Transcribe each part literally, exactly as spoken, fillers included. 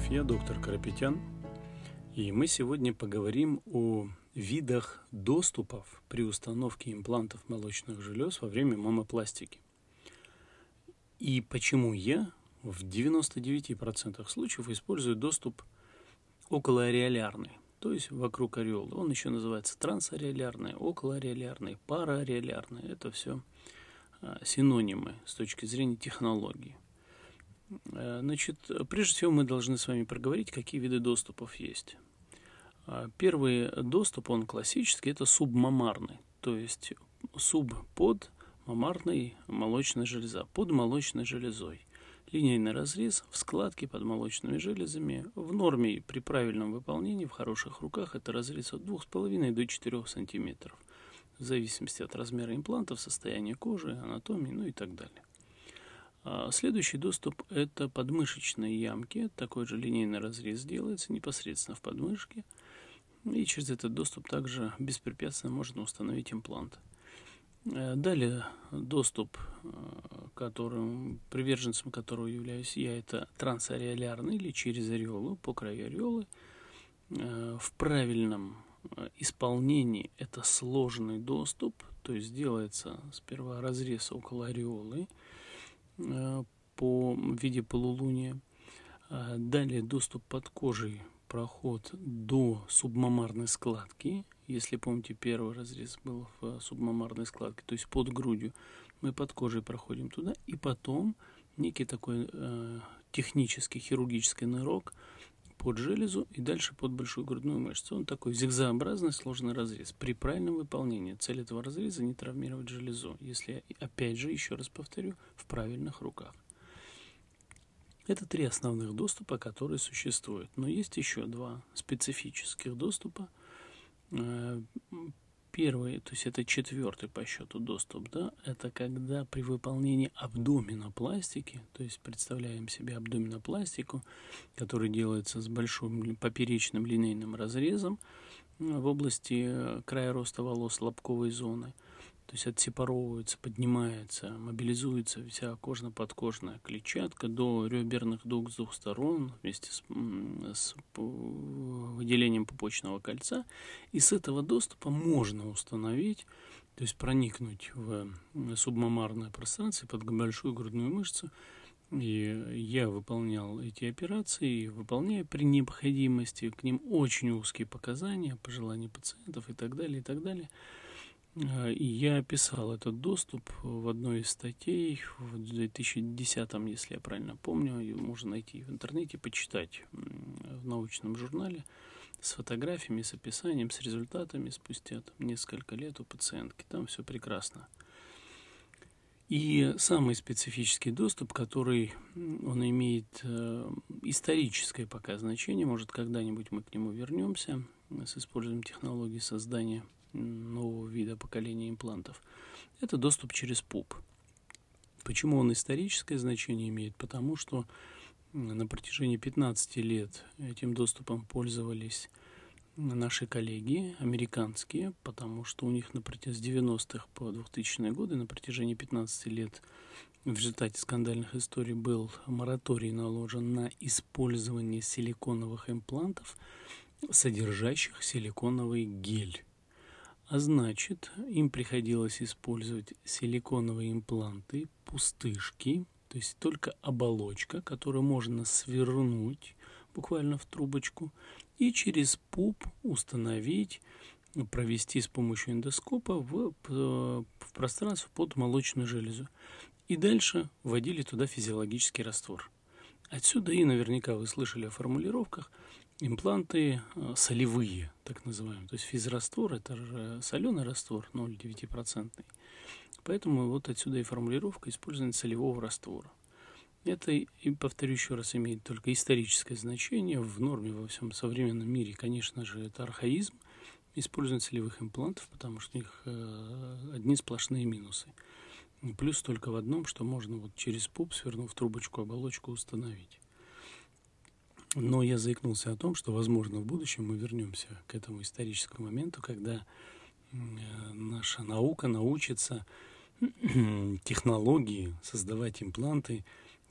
Здравствуйте, я доктор Карапетян, и мы сегодня поговорим о видах доступов при установке имплантов молочных желез во время мамопластики. И почему я в девяноста девяти процентах случаев использую доступ околоареолярный, то есть вокруг ореолы. Он еще называется трансареолярный, околоареолярный, параареолярный. Это все синонимы с точки зрения технологии. Значит, прежде всего мы должны с вами проговорить, какие виды доступов есть. Первый доступ, он классический, это субмамарный, то есть суб под мамарной молочной железа, под молочной железой. Линейный разрез в складке под молочными железами. В норме при правильном выполнении, в хороших руках, это разрез от двух с половиной до четырёх сантиметров, в зависимости от размера имплантов, состояния кожи, анатомии, ну и так далее. Следующий доступ – это подмышечные ямки. Такой же линейный разрез делается непосредственно в подмышке. И через этот доступ также беспрепятственно можно установить имплант. Далее доступ, которым, приверженцем которого являюсь я, это трансареолярный или через ореолу, по краю ореолы. В правильном исполнении это сложный доступ, то есть делается сперва разрез около ореолы по в виде полулуния. Далее доступ под кожей, проход до субмамарной складки. Если помните, первый разрез был в субмамарной складке, то есть под грудью. Мы под кожей проходим туда, и потом некий такой э, технический хирургический нырок под железу и дальше под большую грудную мышцу. Он такой зигзагообразный сложный разрез. При правильном выполнении цель этого разреза не травмировать железу, если, опять же, еще раз повторю, в правильных руках. Это три основных доступа, которые существуют. Но есть еще два специфических доступа. Первый, то есть это четвертый по счету доступ, да, это когда при выполнении абдоминопластики, то есть представляем себе абдоминопластику, которая делается с большим поперечным линейным разрезом в области края роста волос лобковой зоны, то есть отсепаровывается, поднимается, мобилизуется вся кожно-подкожная клетчатка до реберных дуг с двух сторон вместе с, с выделением пупочного кольца. И с этого доступа можно установить, то есть проникнуть в субмамарное пространство под большую грудную мышцу. И я выполнял эти операции, и выполняю при необходимости, к ним очень узкие показания, пожелания пациентов и так далее, и так далее. И я описал этот доступ в одной из статей в две тысячи десятом, если я правильно помню, ее можно найти в интернете, почитать в научном журнале с фотографиями, с описанием, с результатами спустя там, несколько лет у пациентки. Там все прекрасно. И самый специфический доступ, который он имеет историческое пока значение, может когда-нибудь мы к нему вернемся с использованием технологии создания нового вида поколения имплантов, это доступ через пуп. Почему он историческое значение имеет? Потому что на протяжении пятнадцати лет этим доступом пользовались наши коллеги, американские, потому что у них на протяжении с девяностых по двухтысячные годы, на протяжении пятнадцати лет в результате скандальных историй был мораторий наложен на использование силиконовых имплантов, содержащих силиконовый гель. А значит, им приходилось использовать силиконовые импланты, пустышки, то есть только оболочка, которую можно свернуть буквально в трубочку, и через пуп установить, провести с помощью эндоскопа в, в пространство под молочную железу. И дальше вводили туда физиологический раствор. Отсюда и наверняка вы слышали о формулировках импланты солевые, так называемые. То есть физраствор – это соленый раствор, ноль целых девять десятых процента. Поэтому вот отсюда и формулировка использования солевого раствора. Это, и повторю еще раз, имеет только историческое значение. В норме во всем современном мире, конечно же, это архаизм использования солевых имплантов, потому что у них одни сплошные минусы. Плюс только в одном, что можно вот через пуп, свернув трубочку, оболочку, установить. Но я заикнулся о том, что, возможно, в будущем мы вернемся к этому историческому моменту, когда наша наука научится технологии создавать импланты,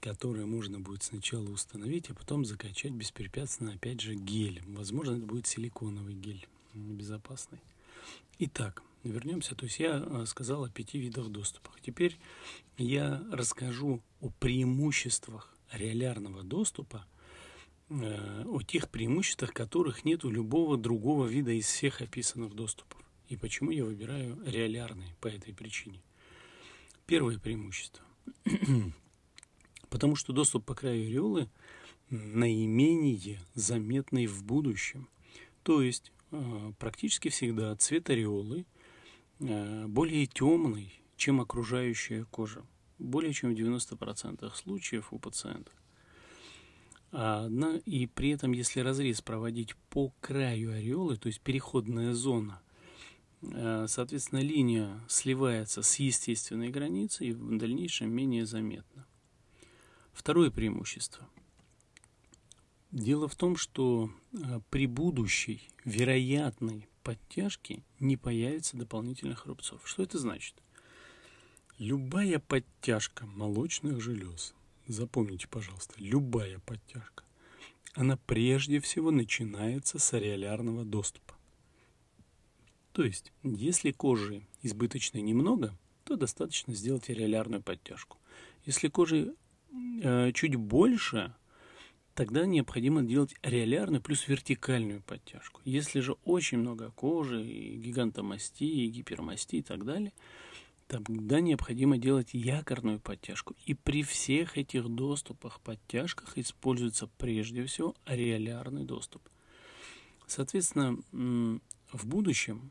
которое можно будет сначала установить, а потом закачать беспрепятственно, опять же, гелем. Возможно, это будет силиконовый гель, безопасный. Итак, вернемся. То есть я сказал о пяти видах доступа. Теперь я расскажу о преимуществах реолярного доступа, о тех преимуществах, которых нет у любого другого вида из всех описанных доступов. И почему я выбираю реолярный по этой причине. Первое преимущество. Потому что доступ по краю ореолы наименее заметный в будущем. То есть практически всегда цвет ореолы более темный, чем окружающая кожа. Более чем в девяноста процентах случаев у пациентов. Одна, и при этом, если разрез проводить по краю ореолы, то есть переходная зона, соответственно, линия сливается с естественной границей и в дальнейшем менее заметна. Второе преимущество. Дело в том, что при будущей вероятной подтяжке не появится дополнительных рубцов. Что это значит? Любая подтяжка молочных желез, запомните, пожалуйста, любая подтяжка, она прежде всего начинается с ареолярного доступа. То есть, если кожи избыточной немного, то достаточно сделать ареолярную подтяжку. Если кожи э, чуть больше, тогда необходимо делать ареолярную плюс вертикальную подтяжку. Если же очень много кожи, и гигантомастии, и гипермастии и так далее, тогда необходимо делать якорную подтяжку. И при всех этих доступах, подтяжках используется прежде всего ареолярный доступ. Соответственно, в будущем,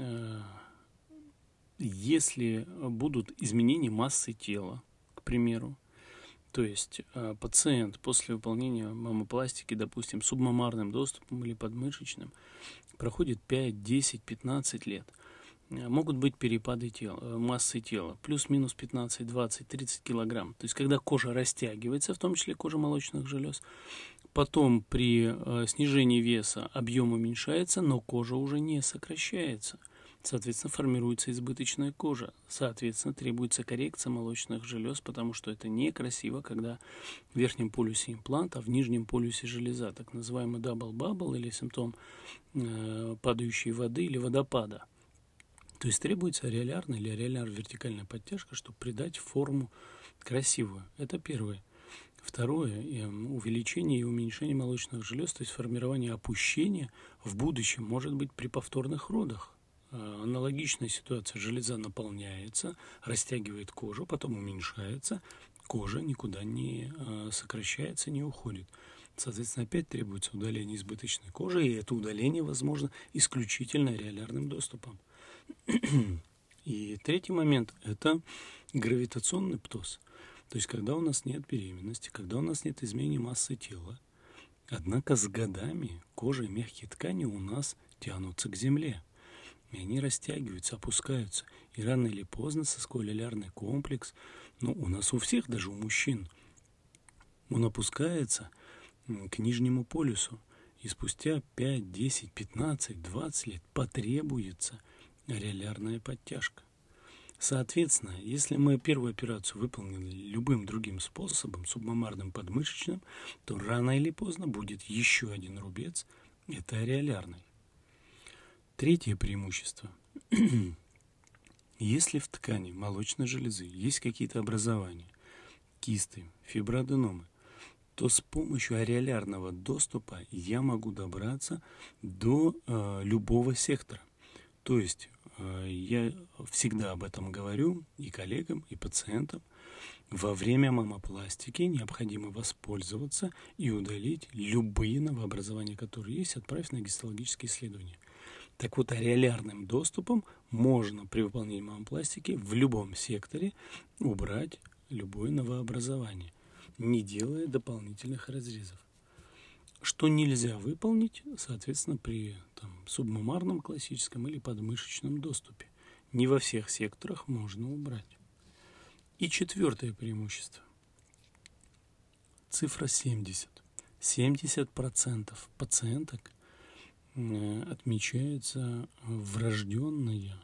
если будут изменения массы тела, к примеру, то есть пациент после выполнения маммопластики, допустим, субмамарным доступом или подмышечным, проходит пять, десять, пятнадцать лет, могут быть перепады тела, массы тела, плюс-минус пятнадцать, двадцать, тридцать килограмм. То есть, когда кожа растягивается, в том числе кожа молочных желез, потом при э, снижении веса объем уменьшается, но кожа уже не сокращается. Соответственно, формируется избыточная кожа. Соответственно, требуется коррекция молочных желез, потому что это некрасиво, когда в верхнем полюсе имплант, а в нижнем полюсе железа, так называемый дабл-бабл или симптом э, падающей воды или водопада. То есть требуется ареолярная или ареоляр-вертикальная подтяжка, чтобы придать форму красивую. Это первое. Второе, увеличение и уменьшение молочных желез, то есть формирование опущения в будущем может быть при повторных родах. Аналогичная ситуация. Железа наполняется, растягивает кожу, потом уменьшается, кожа никуда не сокращается, не уходит. Соответственно, опять требуется удаление избыточной кожи, и это удаление возможно исключительно ареолярным доступом. И третий момент – это гравитационный птоз. То есть, когда у нас нет беременности, когда у нас нет изменения массы тела, однако с годами кожа и мягкие ткани у нас тянутся к земле. И они растягиваются, опускаются. И рано или поздно соскоалялярный комплекс, ну, у нас у всех, даже у мужчин, он опускается к нижнему полюсу. И спустя пять, десять, пятнадцать, двадцать лет потребуется ареолярная подтяжка. Соответственно, если мы первую операцию выполнили любым другим способом, субмамарным, подмышечным, то рано или поздно будет еще один рубец, это ареолярный. Третье преимущество. Если в ткани молочной железы есть какие-то образования, кисты, фиброаденомы, то с помощью ареолярного доступа я могу добраться до э, любого сектора. То есть э, я всегда об этом говорю и коллегам, и пациентам. Во время маммопластики необходимо воспользоваться и удалить любые новообразования, которые есть, отправив на гистологические исследования. Так вот, ареолярным доступом можно при выполнении маммопластики в любом секторе убрать любое новообразование, не делая дополнительных разрезов. Что нельзя выполнить, соответственно, при там, субмамарном классическом или подмышечном доступе. Не во всех секторах можно убрать. И четвертое преимущество. Цифра семьдесят. семьдесят процентов пациенток отмечается врожденная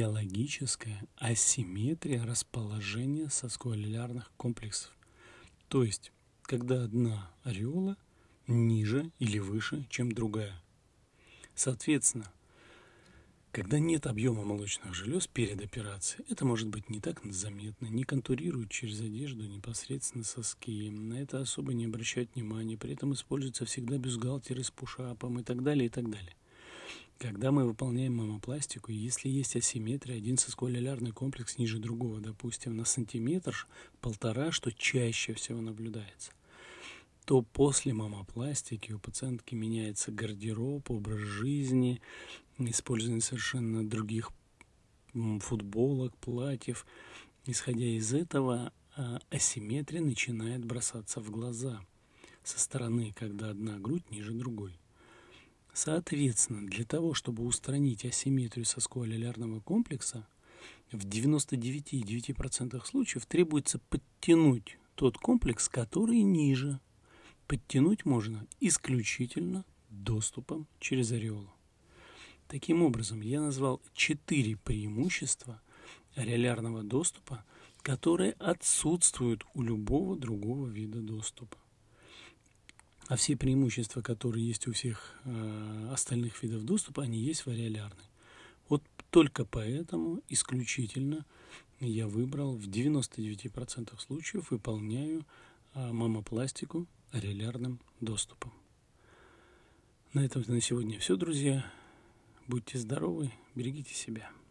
физиологическая асимметрия расположения соскоалялярных комплексов. То есть, когда одна ареола ниже или выше, чем другая. Соответственно, когда нет объема молочных желез перед операцией, это может быть не так заметно, не контурирует через одежду непосредственно соски, на это особо не обращают внимания, при этом используются всегда бюстгальтеры с пушапом и так далее, и так далее. Когда мы выполняем мамопластику, если есть асимметрия, один соскоаллеолярный комплекс ниже другого, допустим, на сантиметр, полтора, что чаще всего наблюдается, то после мамопластики у пациентки меняется гардероб, образ жизни, использование совершенно других футболок, платьев. Исходя из этого, асимметрия начинает бросаться в глаза со стороны, когда одна грудь ниже другой. Соответственно, для того, чтобы устранить асимметрию соскоаллеолярного комплекса, в девяноста девяти целых девяти десятых процента случаев требуется подтянуть тот комплекс, который ниже. Подтянуть можно исключительно доступом через ареолу. Таким образом, я назвал четыре преимущества ареолярного доступа, которые отсутствуют у любого другого вида доступа. А все преимущества, которые есть у всех э, остальных видов доступа, они есть в ареолярной. Вот только поэтому исключительно я выбрал в девяноста девяти процентах случаев выполняю э, мамопластику ареолярным доступом. На этом на сегодня все, друзья. Будьте здоровы, берегите себя.